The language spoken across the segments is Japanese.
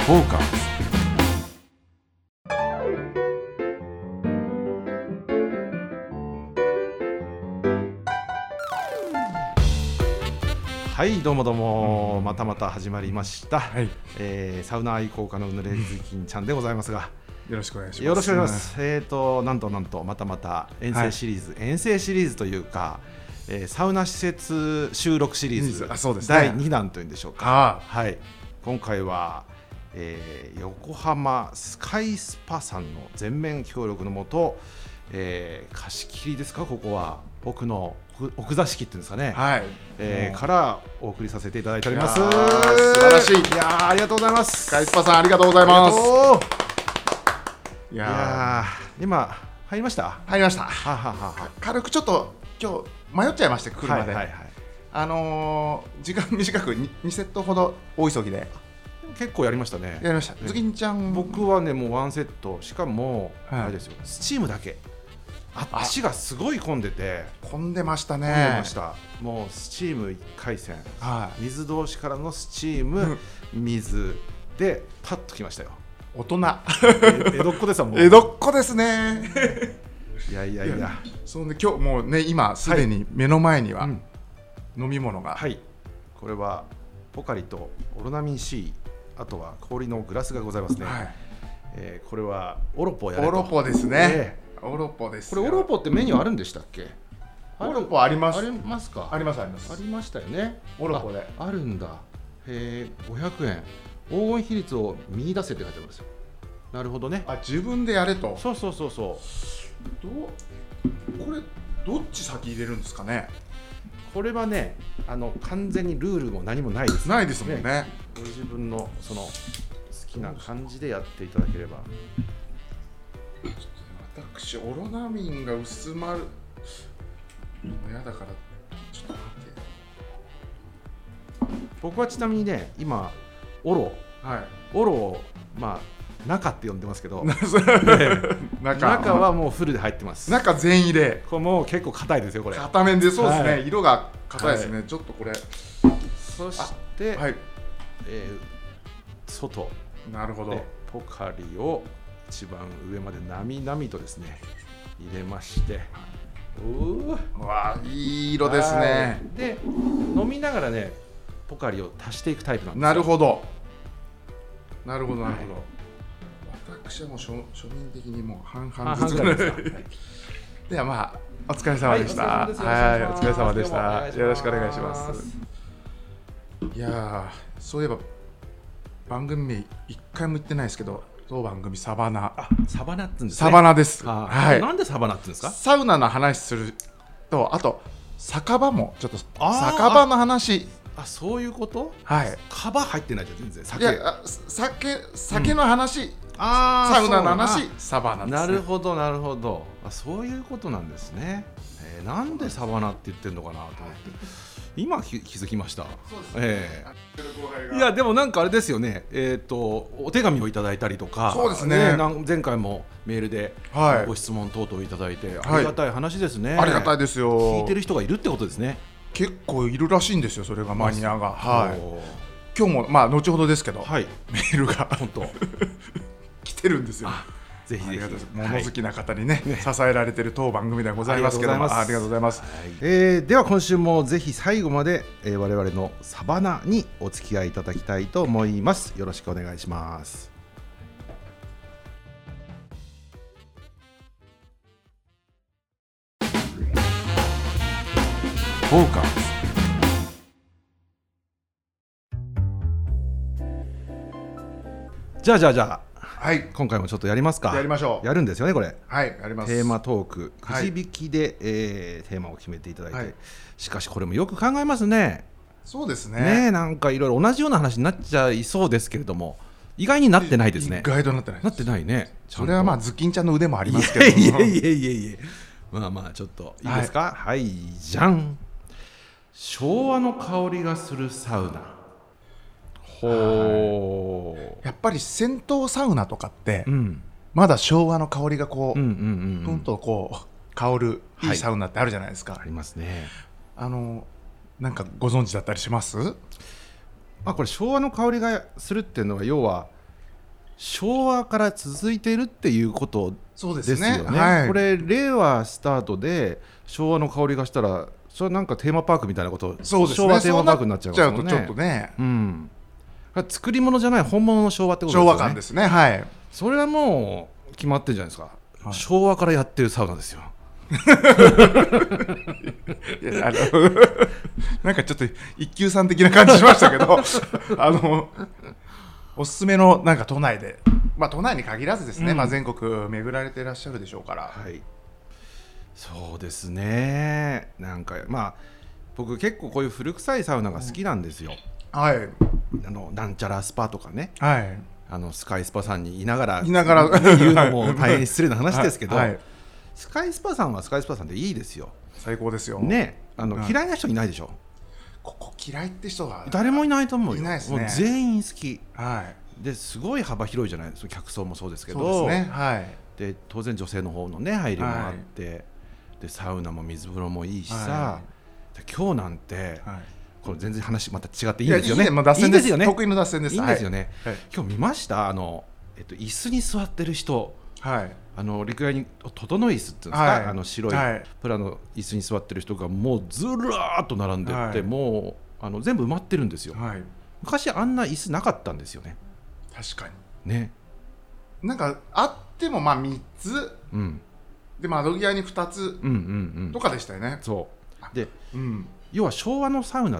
フォーカス。はいどうもどうも、またまた始まりました、 はい、 サウナ愛好家のうぬれずきんちゃんでございますが、 よろしくお願いします。 よろしくお願いします。なんとまた遠征シリーズ、遠征シリーズというか、サウナ施設収録シリーズ、 そうですね、 第2弾というんでしょうか。はい、今回は、横浜スカイスパさんの全面協力のもと、貸し切りですか、ここは奥の奥座敷っていうんですかね、 はい、 からお送りさせていただいております。素晴らしい。 いやありがとうございます。 スカイスパさんありがとうございます。 いや今入りました。 入りました。軽くちょっと今日迷っちゃいまして来るまで、時間短く 2セットほど大急ぎで結構やりましたね。 やりました。ズキンちゃん、 僕はねもう1セット、しかも、あれですよ、スチームだけ。あっちがすごい混んでて、 混んでましたね。 混んでました。もうスチーム1回戦、水通しからのスチーム、水でパッときましたよ。 大人江戸っ子ですわ。もう江戸っ子ですね。 いやそんで今日もうね、今すでに目の前には飲み物が、 これはポカリとオロナミン C、 あとは氷のグラスがございますね。これはオロポやれと。 オロポですね。オロポです。 これオロポってメニューあるんでしたっけ？ オロポあります。 ありますか？ あります。 ありましたよね。 オロポであるんだ。500円。黄金比率を見出せって書いてありますよ。なるほどね。 自分でやれと。 そう。 これどっち先入れるんですかね。 これはね、完全にルールも何もないです。 ないですもんね。 ご自分のその好きな感じでやっていただければ。 私オロナミンが薄まるの嫌だからちょっと待って。 僕はちなみにね、今オロを中って呼んでますけど中はもうフルで入ってます。 中全入れ。 これもう結構硬いですよ。これ硬めで、そうですね、色が硬いですね。ちょっとこれ、 そして外、 なるほど、 ポカリを一番上までなみなみとですね入れまして、 わあいい色ですね。 で飲みながらねポカリを足していくタイプなんですよ。 なるほど。私はもう庶民的にもう半々ずつではお疲れ様でした。お疲れ様でした。よろしくお願いします。いやそういえば番組名一回も言ってないですけど、当番組サバナ。 サバナって言うんですね。 サバナです。 なんでサバナって言うんですか？ サウナの話すると、あと酒場もちょっと酒場の話。 そういうこと？カバ入ってないじゃん全然。 酒の話、サウナの話、サバナですね。 なるほど。そういうことなんですね。なんでサバナって言ってるのかなと思って今気づきました。いやでもなんかあれですよね。お手紙をいただいたりとか、 そうですね。 前回もメールでご質問等々いただいて、ありがたい話ですね。 ありがたいですよ。 聞いてる人がいるってことですね。 結構いるらしいんですよ、それがマニアが。今日も後ほどですけど、メールが本当来てるんですよ。 ぜひ物好きな方にね支えられている当番組ではございますけども、ありがとうございます。 では今週もぜひ最後まで我々のサバナにお付き合いいただきたいと思います。よろしくお願いします。フォーカス。じゃあ、今回もちょっとやりますか。 やりましょう。 やるんですよねこれ。 やります。 テーマトーク、くじ引きで、テーマを決めていただいて、しかしこれもよく考えますね。 そうですね。 なんかいろいろ同じような話になっちゃいそうですけれども、意外になってないですね。 意外となってない。 なってないね。 それはズッキンちゃんの腕もありますけど。 いえ。ちょっといいですか。じゃん。昭和の香りがするサウナ。 やっぱり銭湯サウナとかって、まだ昭和の香りがこうふんとこう香るいいサウナってあるじゃないですか。 ありますね。 なんかご存知だったりします？ これ昭和の香りがするっていうのは要は昭和から続いているっていうことそうですよね。 はい、 これ令和スタートで昭和の香りがしたら、それはなんかテーマパークみたいなこと、 そうですね、 昭和テーマパークになっちゃいますもんね。 そうなっちゃうとちょっとね、 うん、作り物じゃない本物の昭和ってことですよね。 昭和感ですね。はい。 それはもう決まってるじゃないですか、 はい、 昭和からやってるサウナですよ。 いやなんかちょっと一級さん的な感じしましたけどおすすめのなんか都内で、都内に限らずですね、全国巡られていらっしゃるでしょうから。 はい、そうですね。なんか僕結構こういう古臭いサウナが好きなんですよ。 はい。 なんちゃらスパとかね、 はい、 スカイスパさんにいながら言うのも大変失礼な話ですけど、 はい、 スカイスパさんはスカイスパさんでいいですよ。 最高ですよね。嫌いな人いないでしょ。 ここ嫌いって人は誰もいないと思うよ。 いないですね。 もう全員好き、 はい、 ですごい幅広いじゃないですか。客層もそうですけど、 そうですね、はい、 で当然女性の方のね配慮もあって、はい、でサウナも水風呂もいいしさ、はい、で今日なんて、はい、これ全然話また違っていいんですよね。 いいですよね。得意の脱線です。 いいんですよね。はい、今日見ました椅子に座ってる人、 はい、 リクライニング整い椅子っていうんですか、はい、白いプラの椅子に座ってる人がもうずらーっと並んでって、はい、もう全部埋まってるんですよ。はい、昔あんな椅子なかったんですよね。 確かにね。 なんかあっても3つ、うん、で窓際に2つ、とかでしたよね。 そうで、要は昭和のサウナって、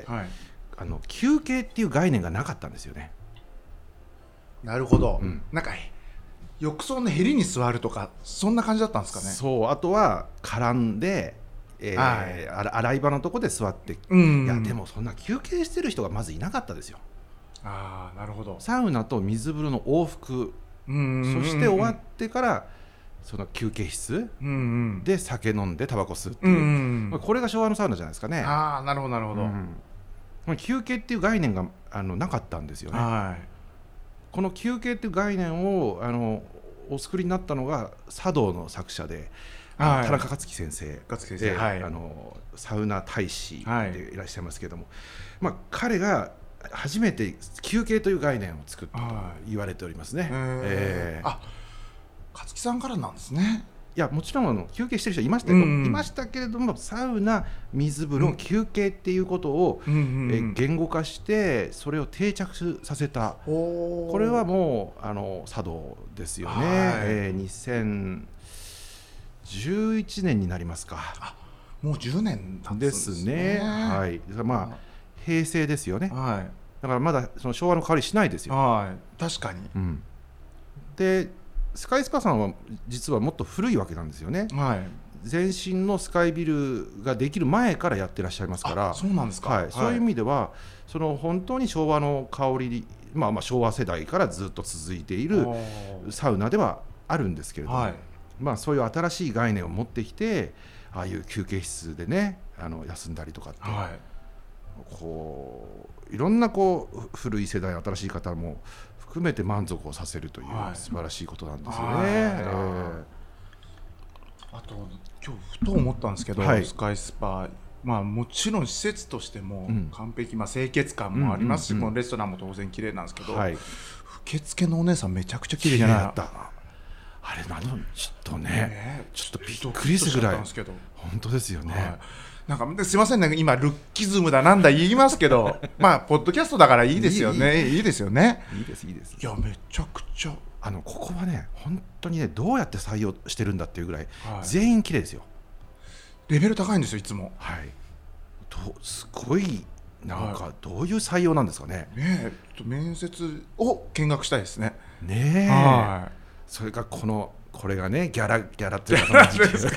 はい、休憩っていう概念がなかったんですよね。 なるほど、なんか浴槽のへりに座るとかそんな感じだったんですかね。 そう、あとは絡んで、洗い場のとこで座って、いやでもそんな休憩してる人がまずいなかったですよ。 ああ、なるほど。 サウナと水風呂の往復、そして終わってからその休憩室で酒飲んでタバコ吸うっていう、これが昭和のサウナじゃないですかね。 ああ、なるほどなるほど、 休憩っていう概念がなかったんですよね。はい、この休憩っていう概念をお作りになったのが茶道の作者で、田中克樹先生で、はい、サウナ大使でいらっしゃいますけれども、彼が初めて休憩という概念を作ったと言われておりますね。 勝木さんからなんですね。 いや、もちろん休憩してる人いましたよ、いましたけれども、サウナ、水風呂、休憩っていうことを、言語化してそれを定着させた、これはもう茶道ですよね。2011年になりますか。 もう10年経つんですね。はい、平成ですよね。はい、だからまだその昭和の香りしないですよ。 はい、確かに。 でスカイスパさんは実はもっと古いわけなんですよね。はい、前身のスカイビルができる前からやってらっしゃいますから。 そうなんですか。 はい、そういう意味ではその本当に昭和の香り、昭和世代からずっと続いているサウナではあるんですけれども、そういう新しい概念を持ってきて、ああいう休憩室でね休んだりとかって、こういろんな古い世代の新しい方も含めて満足をさせるという素晴らしいことなんですよね。 あと今日ふと思ったんですけど、スカイスパ、もちろん施設としても完璧、清潔感もありますし、このレストランも当然綺麗なんですけど、受付のお姉さんめちゃくちゃ綺麗じゃない。 あれちょっとね、ちょっとびっくりするぐらい本当ですよね。 なんかすいませんね、今ルッキズムだなんだ言いますけどポッドキャストだからいいですよね。いいですよね。 いいですいいです。 いや、めちゃくちゃここはね本当にね、どうやって採用してるんだっていうぐらい、全員綺麗ですよ。 レベル高いんですよ、いつも。 はい、すごいなんかどういう採用なんですかね。 面接を見学したいですね。 ねえ。それがこれがねギャラっていうか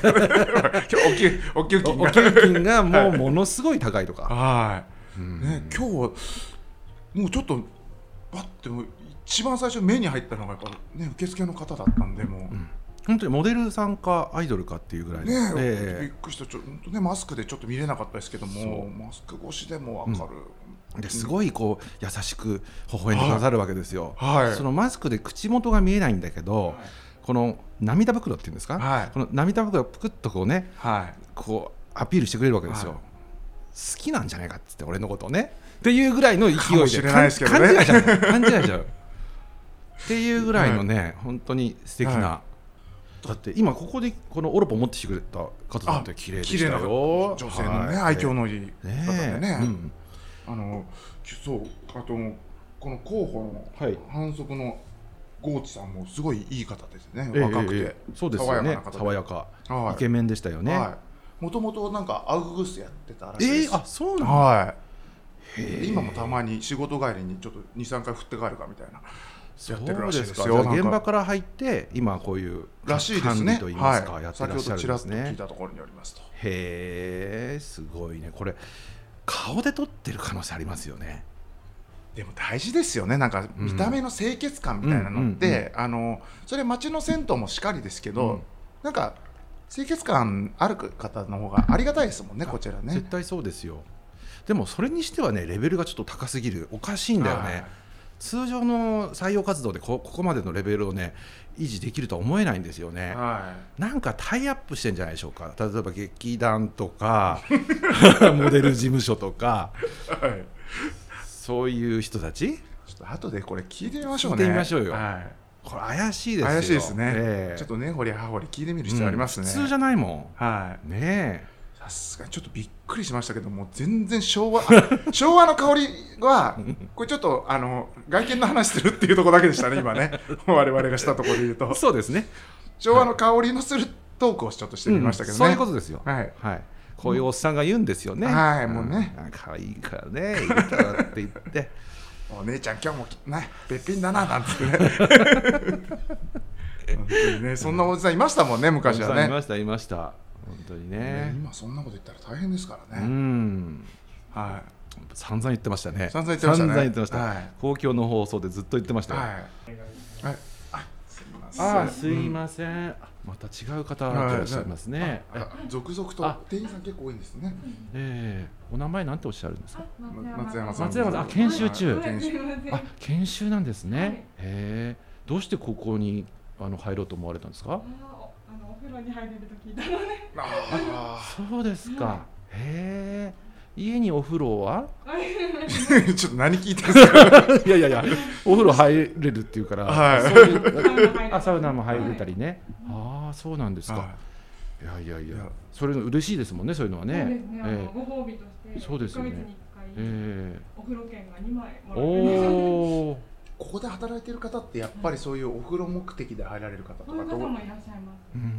お給金がものすごい高いとか。 今日もうちょっとパッて一番最初目に入ったのがやっぱね、受付の方だったんで、もう本当にモデルさんかアイドルかっていうぐらいね、びっくりした。マスクでちょっと見れなかったですけども、マスク越しでも分かる。 ですごい優しく微笑んでくださるわけですよ。そのマスクで口元が見えないんだけど、この涙袋っていうんですか、この涙袋をぷくっとこうアピールしてくれるわけですよ。好きなんじゃないかっつって、俺のことをねっていうぐらいの勢いで勘違いしちゃう。 っていうぐらいのね、本当に素敵な、だって今ここでこのオロポ持ってきてくれた方だって綺麗でしたよ。 女性のね、愛嬌のいい方でね、そう、あとこの候補の反則のゴーチさんもすごいいい方ですね。若くて、 そうですよね、爽やか、イケメンでしたよね。もともとなんかアウグスやってたらしいです。 あ、そうなんだ。 今もたまに仕事帰りにちょっと 2,3 回振って帰るかみたいなやってるらしいですよ。現場から入って今こういうらしいですね。 と言いますか、やってらっしゃるんですね。 先ほどちらっと聞いたところによりますと。 へえ、すごいね。これ顔で撮ってる可能性ありますよね。 でも大事ですよね。なんか見た目の清潔感みたいなのって、それ町の銭湯もしかりですけど、なんか清潔感ある方の方がありがたいですもんね、こちらね。 絶対そうですよ。でもそれにしてはね、レベルがちょっと高すぎる。おかしいんだよね。通常の採用活動でここまでのレベルをね維持できるとは思えないんですよね。なんかタイアップしてんじゃないでしょうか。例えば劇団とかモデル事務所とか、そういう人たち、 ちょっと後でこれ聞いてみましょうね。 聞いてみましょうよ。これ怪しいですよ。 怪しいですね。ちょっとね、掘り葉掘り聞いてみる必要ありますね。 普通じゃないもん。ねえ。 さすがにちょっとびっくりしましたけども、全然昭和の香りはこれちょっと外見の話するっていうところだけでしたね今ね。我々がしたところで言うと、 そうですね。 昭和の香りのするトークをちょっとしてみましたけどね。 そういうことですよ。こういうおっさんが言うんですよね。 もうね、 可愛いからね、いいからって言ってお姉ちゃん今日もねべっぴんだななんつってね。本当にね、そんなおじさんいましたもんね、昔はね。 いました。本当にね。 今そんなこと言ったら大変ですからね。 散々言ってましたね。 散々言ってました。 公共の放送でずっと言ってましたよ。すいません。また違う方がいらっしゃいますね。 続々と店員さん結構多いんですね。 お名前なんておっしゃるんですか。 松山さん。 松山さん、研修中。研修なんですね。どうしてここに入ろうと思われたんですか。 お風呂に入れると聞いたので。 そうですか。家にお風呂はちょっと何聞いてるんですか。 いやお風呂入れるっていうから、サウナも入れたりね。そうなんですか。いやそれ嬉しいですもんね、そういうのはね。 ご褒美としてそうですよね。 お風呂券が2枚もらえる。 ここで働いている方ってやっぱりそういうお風呂目的で入られる方とか。そういう方もいらっしゃいます。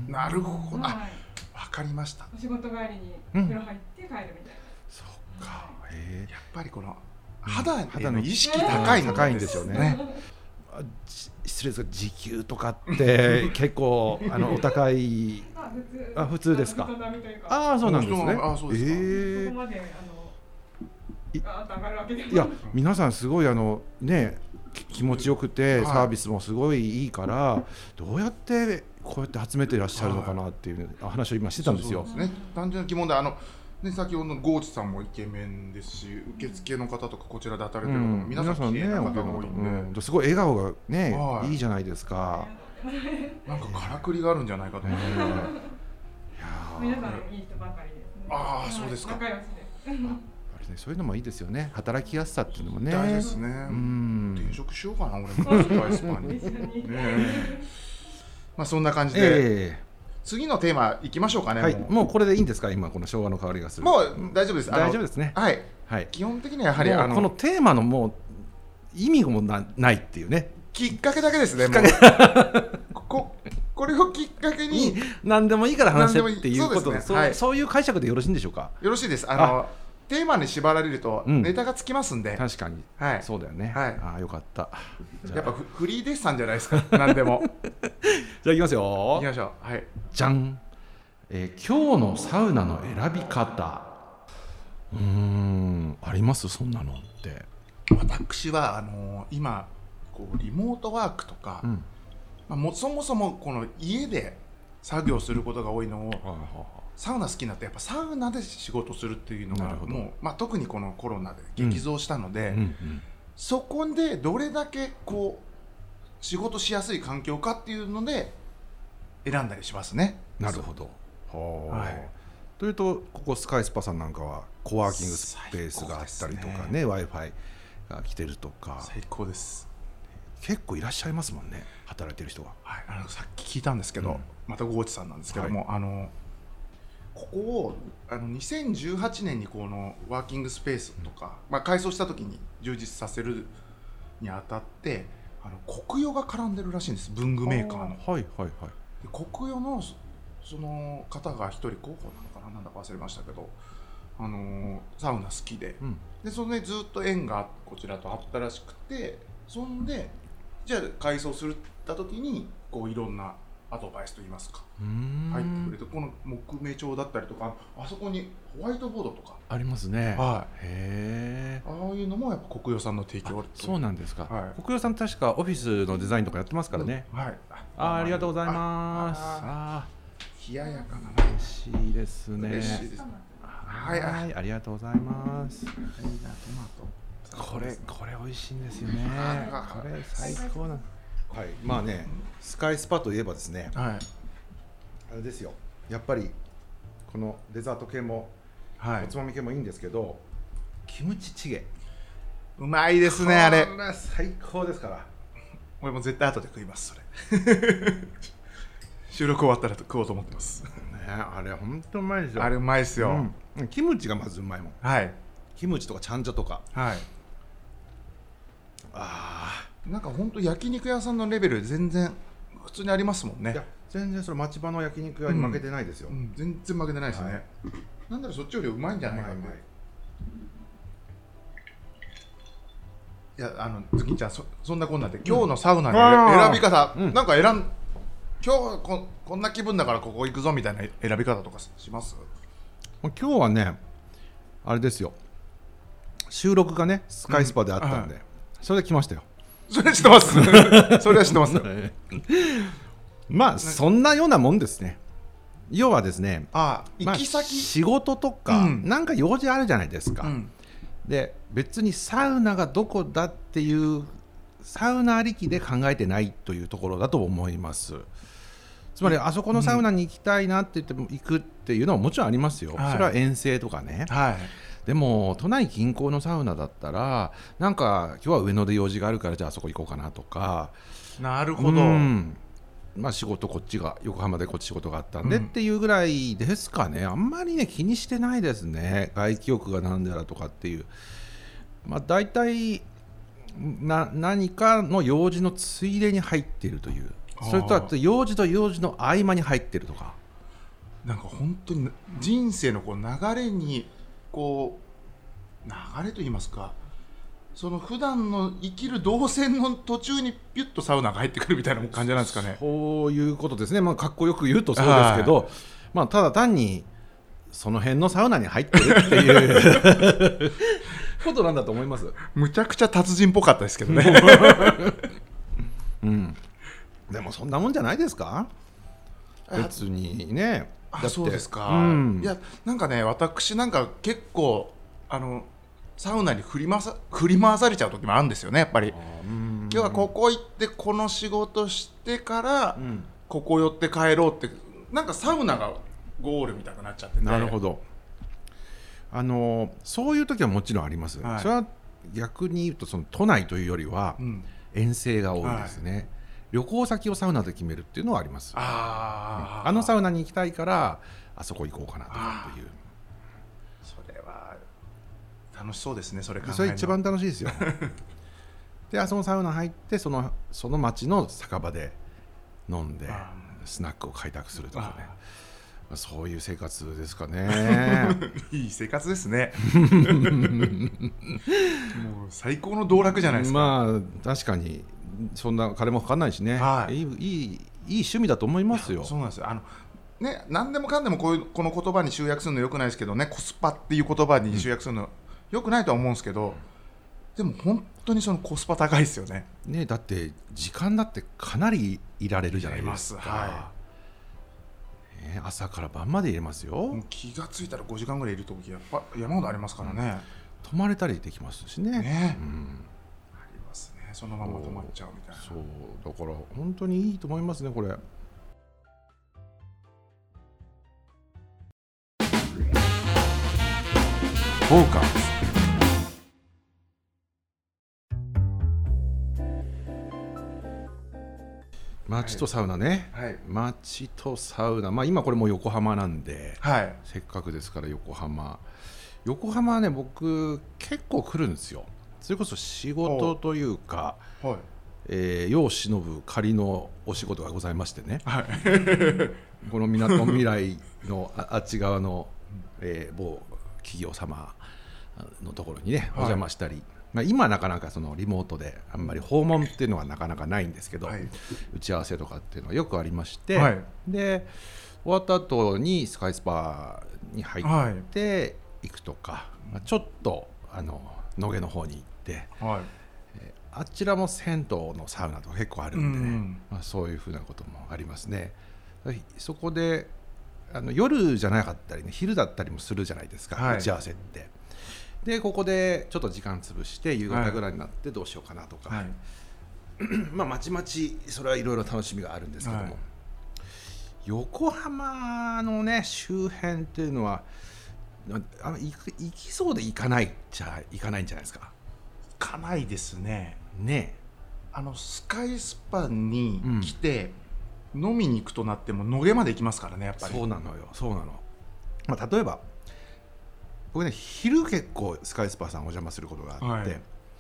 なるほど。わかりました。 お仕事帰りにお風呂入って帰るみたいな。 そうか。やっぱりこの肌の意識高いんですよね。 失礼ですが、時給とかって結構お高い。普通ですか。そうなんですね。 ここまで上がるわけでも。 いや、皆さんすごいね、気持ちよくてサービスもすごいいいから、どうやってこうやって集めていらっしゃるのかなっていう話を今してたんですよ。 単純な疑問で先ほどのゴーチさんもイケメンですし、受付の方とかこちらで働いてる方も皆さん綺麗な方が多いんで、 すごい笑顔がねいいじゃないですか。 なんかからくりがあるんじゃないかと思って。 皆さんいい人ばかりですね。 そうですか。 仲良しです。 そういうのもいいですよね。働きやすさっていうのもね。 大事ですね。転職しようかな、俺もスパイスパンに。そんな感じで。次のテーマいきましょうかね。 もうこれでいいんですか。今この昭和の香りがする。 もう大丈夫です。 大丈夫ですね。 基本的にはやはりこのテーマのもう意味もないっていうね。 きっかけだけですね。これをきっかけに何でもいいから話せっていうことで、そういう解釈でよろしいんでしょうか。 よろしいです。テーマに縛られるとネタがつきますんで。 確かに。そうだよね。よかった。 やっぱフリーデッサンじゃないですか。何でも。 じゃあいきますよ。 いきましょう。 じゃん。今日のサウナの選び方。あります？そんなのって。 私は今リモートワークとか、そもそもこの家で作業することが多いのを、サウナ好きになってやっぱサウナで仕事するっていうのがもう、特にこのコロナで激増したので、そこでどれだけ仕事しやすい環境かっていうので選んだりしますね。 なるほど。というとここスカイスパさんなんかはコワーキングスペースがあったりとかね、Wi-Fi が来てるとか。 最高です。 結構いらっしゃいますもんね、働いてる人が。 はい、さっき聞いたんですけど、またゴーチさんなんですけども、ここを2018年にこのワーキングスペースとか、改装した時に充実させるにあたって国与が絡んでるらしいんです、文具メーカーの。 はいはいはい。 で国与のその方が一人候補なのかな、なんだか忘れましたけど、サウナ好きで、でそれでずっと縁がこちらとあったらしくて、そんでじゃあ改装するった時にこういろんなアドバイスといいますか入ってくれて、この木目調だったりとか、あそこにホワイトボードとかありますね。 はい、 へああいうのもやっぱ国与さんの提供。 そうなんですか、 はい、 国与さん確かオフィスのデザインとかやってますからね、 はい、 ありがとうございます。 冷ややかな、 嬉しいですね。 嬉しいです。 はい、ありがとうございます。これ美味しいんですよね。これ最高な。はい、まあね、スカイスパといえばですね、 はい、 あれですよ、やっぱりこのデザート系も、はい、おつまみ系もいいんですけど、キムチチゲうまいですね。あれ最高ですから、 俺も絶対後で食います。それ収録終わったら食おうと思ってますね。 あれ本当うまいですよ。 あれうまいですよ、 キムチがまずうまいもん。はい、キムチとかチャンジャとか、はい、 なんか本当焼肉屋さんのレベル全然普通にありますもんね。 いや全然それ町場の焼肉屋に負けてないですよ、 全然負けてないですね、はい、なんだろう、そっちよりうまいんじゃないかって。いやズキンちゃん、そんなこんなで今日のサウナの選び方、なんか今日こんな気分だからここ行くぞみたいな選び方とかします？ 今日はね、あれですよ、収録がねスカイスパであったんで、それで来ましたよ。 それは知ってますそれは知ってますまあそんなようなもんですね。要はですね、 行き先、 仕事とか、なんか用事あるじゃないですか、で別にサウナがどこだっていうサウナありきで考えてないというところだと思います。つまりあそこのサウナに行きたいなって言っても行くっていうのはもちろんありますよ、それは遠征とかね、でも都内近郊のサウナだったらなんか今日は上野で用事があるからじゃあそこ行こうかなとか。 なるほど、 仕事こっちが横浜でこっち仕事があったんでっていうぐらいですかね。あんまりね気にしてないですね、外気浴がなんでだとかっていう。だいたい何かの用事のついでに入っているという、それとあと用事と用事の合間に入っているとか、 なんか本当に人生のこう流れにこう流れと言いますか、その普段の生きる動線の途中にピュッとサウナが入ってくるみたいな感じなんですかね。 そういうことですね。かっこよく言うとそうですけど、ただ単にその辺のサウナに入ってるっていうことなんだと思います。 むちゃくちゃ達人っぽかったですけどねでもそんなもんじゃないですか、別にね。 そうですか、いやなんかね、私なんか結構サウナに振り回されちゃう時もあるんですよね、やっぱり。今日はここ行ってこの仕事してから、ここ寄って帰ろうって、なんかサウナがゴールみたいになっちゃってて。 なるほど。そういう時はもちろんあります、それは逆に言うとその都内というよりは遠征が多いですね、旅行先をサウナで決めるっていうのはあります。あのサウナに行きたいからあそこ行こうかなとかっていう。 それは楽しそうですね。それ一番楽しいですよでそのサウナ入ってその町の酒場で飲んでスナックを開拓するとかね、そういう生活ですかねいい生活ですねもう最高の道楽じゃないですか。 確かにそんな金もかかんないしね、いい趣味だと思いますよ。 そうなんですよ。何でもかんでもこの言葉に集約するのよくないですけどね、コスパっていう言葉に集約するのよくないとは思うんですけど、でも本当にそのコスパ高いですよね。 だって時間だってかなりいられるじゃないですか。朝から晩まで入れますよ。 もう気がついたら5時間ぐらいいるときやっぱ山ほどありますからね、 泊まれたりできますしね、ありますね。そのまま泊まっちゃうみたいな。 そうだから本当にいいと思いますね、これ。 フォーカス。 街とサウナね、 はい、 街とサウナ、まあ、今これも横浜なんで、 はい、 せっかくですから横浜はね、僕結構来るんですよ。それこそ仕事というか、 はい、 世を忍ぶ仮のお仕事がございましてね、 はい、 このみなとみらいのあっち側の、某企業様のところにねお邪魔したり、まあ、今なかなかそのリモートであんまり訪問っていうのはなかなかないんですけど、 はい、 打ち合わせとかっていうのはよくありまして、 はい、 で終わった後にスカイスパに入っていくとか、まあ、ちょっと野毛の方に行って、 はい、 あちらも銭湯のサウナとか結構あるんでね、まあ、そういうふうなこともありますね。そこで夜じゃなかったりね、昼だったりもするじゃないですか、 はい、 打ち合わせって。でここでちょっと時間潰して夕方ぐらいになってどうしようかなとか、はい、まあまちまちそれはいろいろ楽しみがあるんですけども、はい、横浜のね周辺っていうのは行きそうで行かないじゃ行かないんじゃないですか。 行かないですね。 ね、 スカイスパに来て、飲みに行くとなっても野毛まで行きますからね、やっぱり。 そうなのよ、そうなの。まあ、例えば僕ね、昼結構スカイスパさんお邪魔することがあって、はい、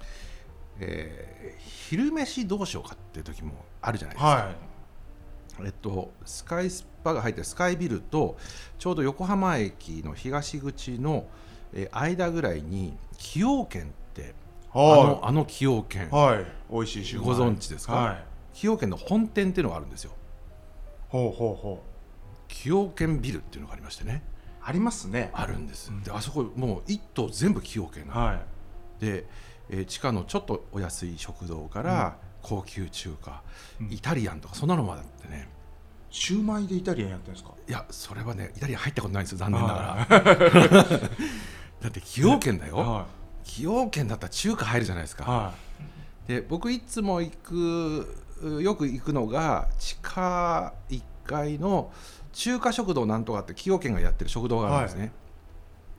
昼飯どうしようかっていう時もあるじゃないですか、はい、スカイスパが入ってるスカイビルとちょうど横浜駅の東口の間ぐらいに崎陽軒って、はい、崎陽軒、 はい、美味しいシューマイご存知ですか、はい、崎陽軒の本店っていうのがあるんですよ。 ほうほうほう、崎陽軒ビルっていうのがありましてね。 ありますね。 あるんです。であそこもう一棟全部崎陽軒なの、はい、で、地下のちょっとお安い食堂から高級中華、イタリアンとかそんなのまであってね。 シューマイでイタリアンやってるんですか？ いや、それはねイタリアン入ったことないんですよ、残念ながらだって崎陽軒だよ、はい、崎陽軒だったら中華入るじゃないですか、はい、で僕いつもよく行くのが地下1階の中華食堂なんとかって崎陽軒がやってる食堂があるんですね、はい、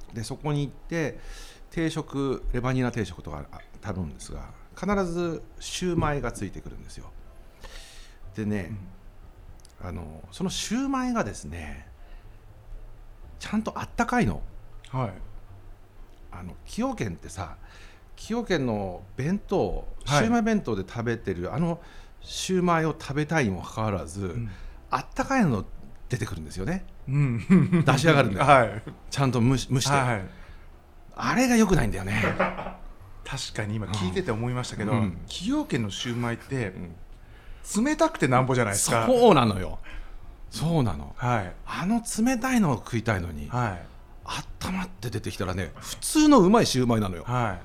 でそこに行って定食レバニラ定食とか頼むんですが必ずシューマイがついてくるんですよ。でね、そのシューマイがですねちゃんとあったかいの、はい、崎陽軒ってさ、崎陽軒の弁当、シューマイ弁当で食べてるシューマイを食べたいにもかかわらず、あったかいの出てくるんですよね、出し上がるんだよ、はい、ちゃんと蒸して、はい、あれが良くないんだよね。 確かに今聞いてて思いましたけど、崎陽軒のシューマイって、冷たくてなんぼじゃないですか。 そうなのよ、そうなの、 はい、 冷たいのを食いたいのに、はい、温まって出てきたらね普通のうまいシューマイなのよ、はい、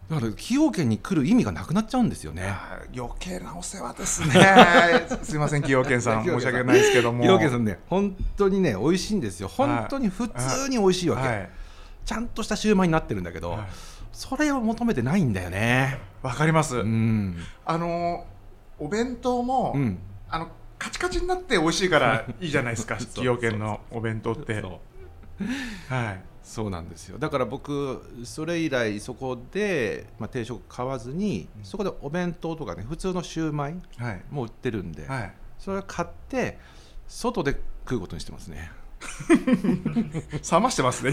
だから崎陽軒に来る意味がなくなっちゃうんですよね。 余計なお世話ですねすいません崎陽軒さん申し訳ないですけども、 崎陽軒さんね本当にね美味しいんですよ。本当に普通に美味しいわけ、はい、ちゃんとしたシューマイになってるんだけど、はい、それを求めてないんだよね。 わかります、お弁当も、カチカチになって美味しいからいいじゃないですか崎陽軒のお弁当ってはい、そうなんですよ。だから僕それ以来そこで、定食買わずに、そこでお弁当とかね普通のシューマイも売ってるんで、はい、それを買って外で食うことにしてますね冷ましてますね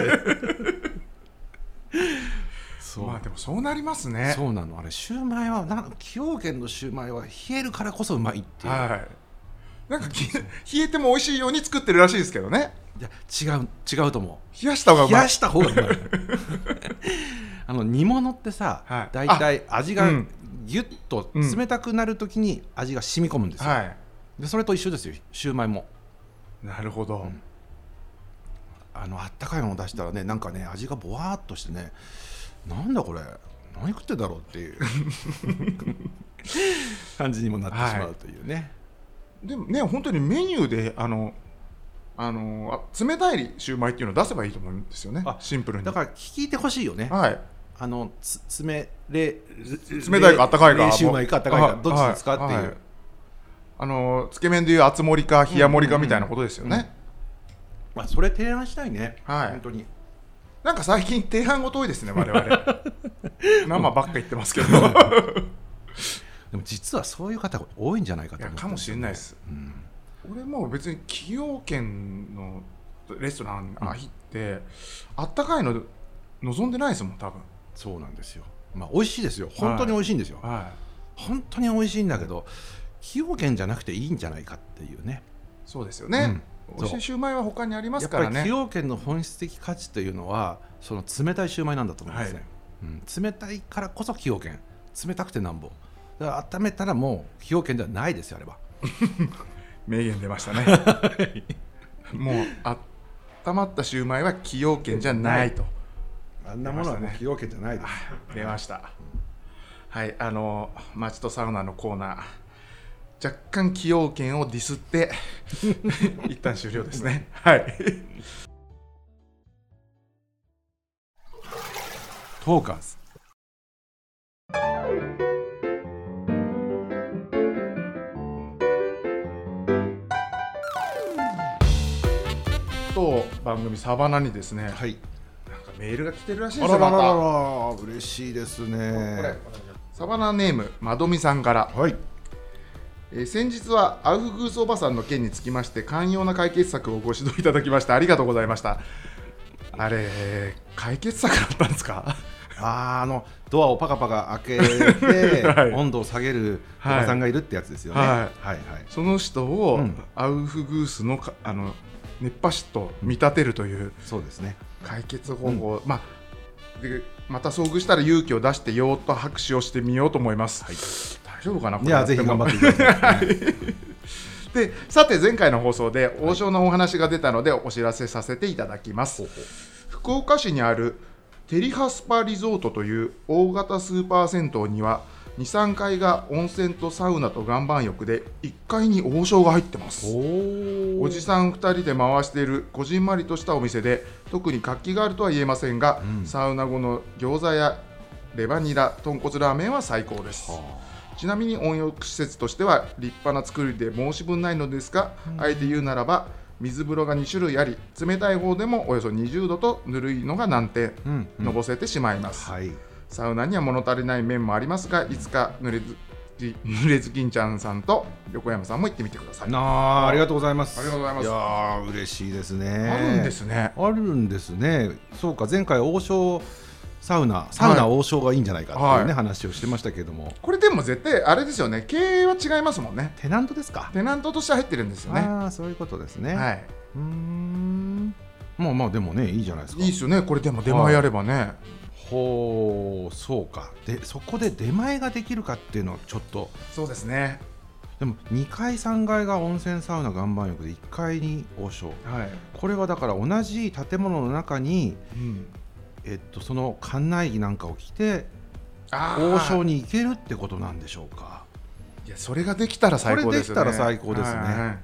そうでもそうなりますね。 そうなの。シューマイは崎陽軒のシューマイは冷えるからこそうまいっていう、 はい、なんか冷えても美味しいように作ってるらしいですけどね。 いや違うと思う。 冷やした方がうまい。 冷やした方がうまい煮物ってさ、はい、だいたい味がギュッと冷たくなるときに味が染み込むんですよ、はい、でそれと一緒ですよシューマイも。 なるほど、 あったかいものを出したらねなんかね味がボワーっとしてね、なんだこれ何食ってんだろうっていう感じにもなってしまうというね、はい、 でもね本当にメニューで冷たいシューマイっていうのを出せばいいと思うんですよね。シンプルにだから聞いてほしいよね、 はい、 冷たいかあったかいかシューマイかあったかいかどっちですかっていう、 つけ麺でいう厚盛りか冷や盛りかみたいなことですよね、 それ提案したいね、 はい、 本当に。 なんか最近提案ごと多いですね我々生ばっか言ってますけどでも実はそういう方が多いんじゃないかと思って、 かもしれないです、俺も別に崎陽軒のレストラン行って、あったかいの望んでないですもん多分。 そうなんですよ。美味しいですよ、本当に美味しいんですよ、本当に美味しいんだけど崎陽軒じゃなくていいんじゃないかっていうね。 そうですよね、美味しいシューマイは他にありますからね。 やっぱり崎陽軒の本質的価値というのはその冷たいシューマイなんだと思いますね、冷たいからこそ崎陽軒、冷たくてなんぼだから温めたらもう崎陽軒ではないですよあれは名言出ましたねもう温まったシューマイは崎陽軒じゃないと。 あんなものはもう崎陽軒じゃないです。 出ました。はい、町とサウナのコーナー、若干崎陽軒をディスって一旦終了ですね。はい。 トーカーズ。 と番組サバナにですね、 はい、 メールが来てるらしいですよ。 あらららら、嬉しいですね。 サバナネームまどみさんから、 はい、 先日はアウフグースおばさんの件につきまして寛容な解決策をご指導いただきましてありがとうございました。あれ解決策だったんですか？ ドアをパカパカ開けて、はい、温度を下げるおばさんがいるってやつですよね。 その人を、アウフグースの熱波師と見立てるという、 そうですね、 解決方法、でまた遭遇したら勇気を出してよーっと拍手をしてみようと思います、大丈夫かな。 いやぜひ頑張っていただきたいですねでさて前回の放送で王将のお話が出たのでお知らせさせていただきます、福岡市にあるテリハスパリゾートという大型スーパー銭湯には 2,3 階が温泉とサウナと岩盤浴で1階に王将が入ってます。おじさん2人で回しているこじんまりとしたお店で特に活気があるとは言えませんが、サウナ後の餃子やレバニラ、豚骨ラーメンは最高です。ちなみに温浴施設としては立派な作りで申し分ないのですが、あえて言うならば水風呂が2種類あり冷たい方でもおよそ20度とぬるいのが難点、のぼせてしまいます、サウナには物足りない面もありますがいつかぬれずきんちゃんさんと横山さんも行ってみてください。 ありがとうございます。 ありがとうございます。 いや嬉しいですね。 あるんですね。 あるんですね。そうか、前回王将サウナ王将がいいんじゃないかっていうね、話をしてましたけれども、 これでも絶対あれですよね、経営は違いますもんね。 テナントですか。 テナントとして入ってるんですよね。 そういうことですね。 まあでもねいいじゃないですか。 いいですよね。これでも出前あればね、 そうか。でそこで出前ができるかっていうのはちょっと。 そうですね。 でも2階3階が温泉サウナ岩盤浴で1階に王将、これはだから同じ建物の中に、その館内着なんかを着て王将に行けるってことなんでしょうか。 いやそれができたら最高ですよね。 これできたら最高ですね。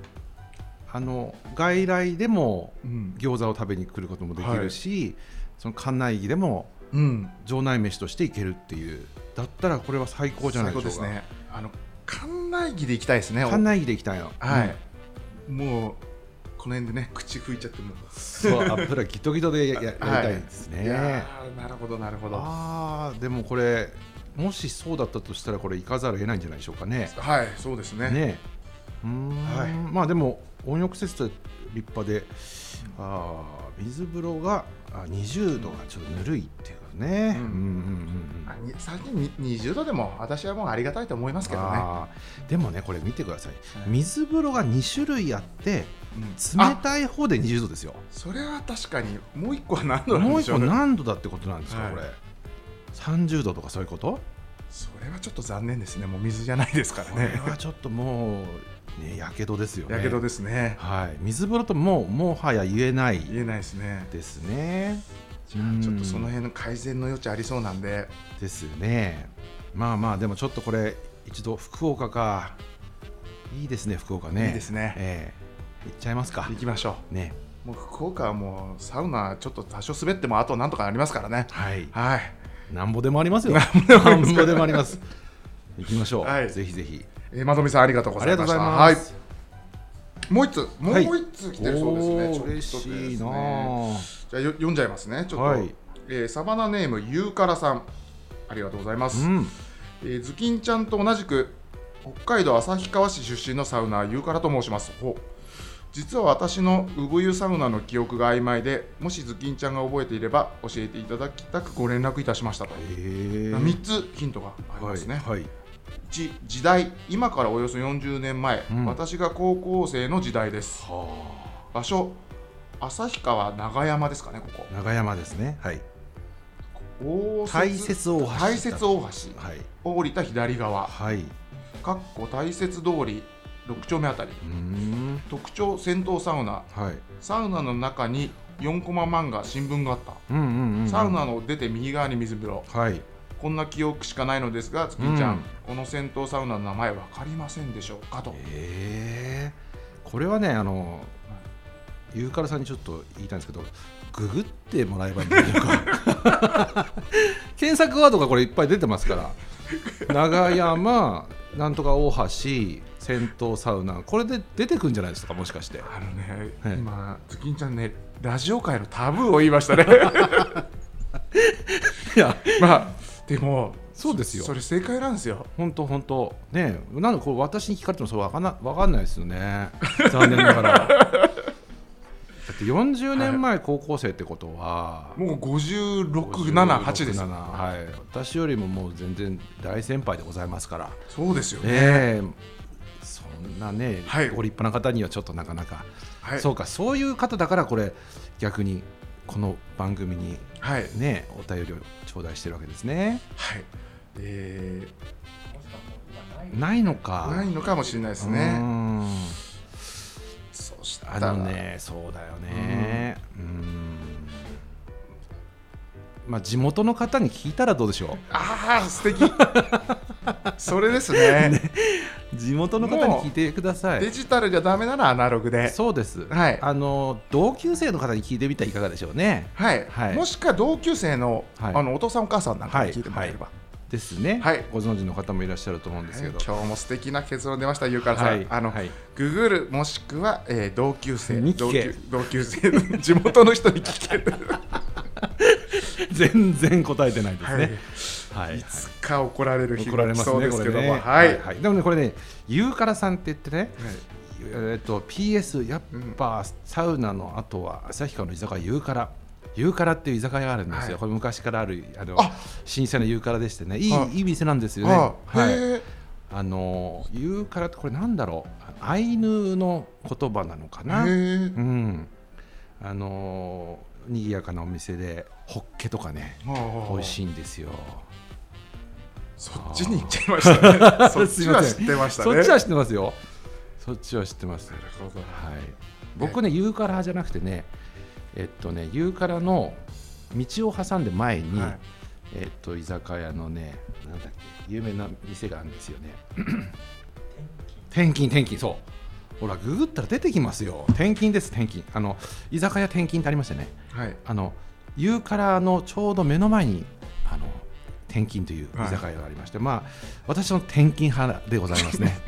外来でも餃子を食べに来ることもできるし、その館内着でも場内飯として行けるっていう、だったらこれは最高じゃないでしょうか。 最高ですね。館内着で行きたいですね。 館内着で行きたいの。 もうこの辺でね口拭いちゃってもそうアップラギトギトで やりたいですね。 なるほどなるほど。 でもこれもしそうだったとしたらこれ行かざるを得ないんじゃないでしょうかね。 そうですね。 でも温浴施設と立派で、水風呂が20度がちょっとぬるいっていうかね。 最近20度でも私はもうありがたいと思いますけどね。 でもねこれ見てください、水風呂が2種類あって冷たい方で20度ですよ。 それは確かにもう1個は何度なんでしょうね。 もう1個何度だってことなんですか、これ30度とかそういうこと。 それはちょっと残念ですね。もう水じゃないですからね。 これはちょっともうやけどですよね。 やけどですね。 水風呂ともはや言えないですね。 ですね。 ちょっとその辺の改善の余地ありそうなんでですよね。でもちょっとこれ一度福岡か。いいですね福岡ね。 いいですね。 行っちゃいますか。 行きましょうね。 もう福岡はもうサウナちょっと多少滑ってもあとなんとかありますからね。 なんぼでもありますよ。なんぼでもあります。行きましょう。ぜひぜひ。 まどみさんありがとうございました。もう一つ来てるそうですね。 嬉しいな。 じゃあ読んじゃいますね。ちょっとサバナネームゆうからさんありがとうございます。 ズキンちゃんと同じく北海道旭川市出身のサウナーゆうからと申します。実は私の産湯サウナの記憶が曖昧で、もしズキンちゃんが覚えていれば教えていただきたくご連絡いたしましたと。3つヒントがありますね。 はい、 1、時代、今からおよそ40年前、私が高校生の時代です。場所、旭川長山ですかね。ここ長山ですね。はい。大雪大橋、 大雪大橋を降りた左側、かっこ大雪通り6丁目あたり。特徴、銭湯サウナ、サウナの中に4コマ漫画、新聞があった。サウナの出て右側に水風呂。こんな記憶しかないのですが、ズキンちゃん、この銭湯サウナの名前分かりませんでしょうかと。 これはね、ゆうからさんにちょっと言いたいんですけど、ググってもらえばいいんでしょうか。検索ワードがこれいっぱい出てますから、長山なんとか大橋銭湯サウナ、これで出てくるんじゃないですか、もしかして。 今ズキンちゃんね、ラジオ界のタブーを言いましたね。いや、でもそうですよ、それ正解なんですよ。 本当ね。なんでこれ私に聞かれてもそれ分かんないですよね。残念ながら。だって40年前高校生ってことは、 もう56、7、8です。 私よりももう全然大先輩でございますから。 そうですよね。 そんなね、ご立派な方にはちょっとなかなか、そうか、そういう方だからこれ逆にこの番組にね、お便りを頂戴してるわけですね。ないのかもしれないですね。 そうだよね。地元の方に聞いたらどうでしょう。 素敵。それですね。 地元の方に聞いてください。 デジタルじゃダメならアナログで。 そうです。同級生の方に聞いてみたらいかがでしょうね。 もしくは同級生のお父さんお母さんなんかに聞いてもらえれば。 ですね。ご存知の方もいらっしゃると思うんですけど、 今日も素敵な結論出ました。ゆうからさん、ググるもしくは同級生に聞け。同級生地元の人に聞け。 全然答えてないですね。 いつか怒られる日が来そうですけども、でもね、これね、ゆうからさんって言ってね、PS やっぱサウナの後は旭川の居酒屋ゆうからっていう居酒屋があるんですよ。これ昔からある老舗のゆうからでしてね、いい店なんですよね。ゆうからってこれなんだろう、アイヌの言葉なのかな。にぎやかなお店でホッケとかね、美味しいんですよ。 そっちに行っちゃいましたね。そっちは知ってましたね。 そっちは知ってますよ。そっちは知ってます。僕ね、ゆうからじゃなくてね、ゆうからの道を挟んで前に、居酒屋のね、なんだっけ、有名な店があるんですよね。転勤、そう。ほら、ググったら出てきますよ。転勤です、転勤。居酒屋転勤ってありましてね。ゆうからのちょうど目の前に、転勤という居酒屋がありまして、私の転勤派でございますね。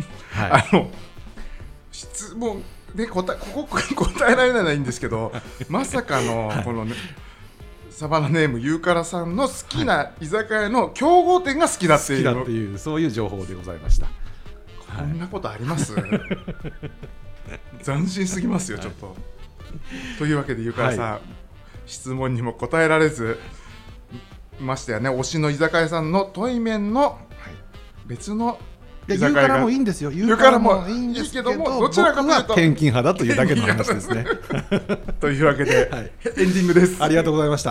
質問でここ答えられないのはいいんですけど、まさかのこのね、サバナネームゆうからさんの好きな居酒屋の競合店が好きだっていう、 そういう情報でございました。 こんなことあります？斬新すぎますよ、ちょっと。というわけでゆうからさん、質問にも答えられず、ましてやね、推しの居酒屋さんの対面の別のゆうからもいいんですよ。 ゆうからもいいんですけども、どちらかというと転勤派だというだけの話ですね。 というわけで、エンディングです。 ありがとうございました。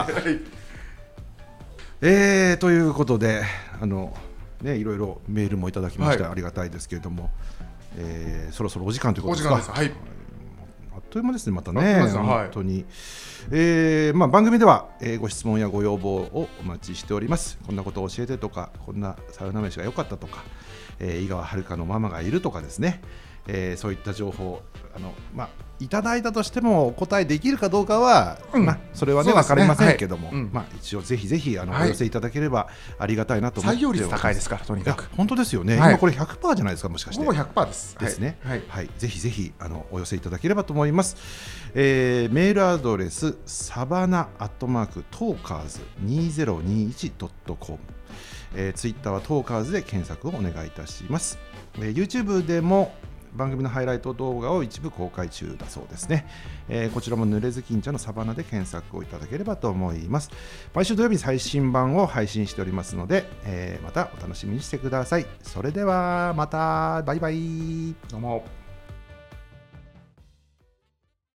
ということで、いろいろメールもいただきましてありがたいですけれども、そろそろお時間ということですか。あっという間ですね、またね、本当に。番組では、ご質問やご要望をお待ちしております。こんなことを教えてとか、こんなサウナ飯が良かったとか、井川遥のママがいるとかですね、そういった情報いただいたとしてもお答えできるかどうかは、それはね分かりませんけども、一応ぜひぜひお寄せいただければありがたいなと思って。 採用率高いですから、とにかく。 本当ですよね。今これ 100% じゃないですか、もしかして。 ほぼ 100% です。 ですね。ぜひぜひお寄せいただければと思います。メールアドレスsavannah@talkers2021.com、 Twitter はトーカーズで検索をお願いいたします。YouTube でも番組のハイライト動画を一部公開中だそうですね。こちらも濡れずきんちゃんのサバナで検索をいただければと思います。毎週土曜日に最新版を配信しておりますので、またお楽しみにしてください。それではまた、バイバイ。 どうも。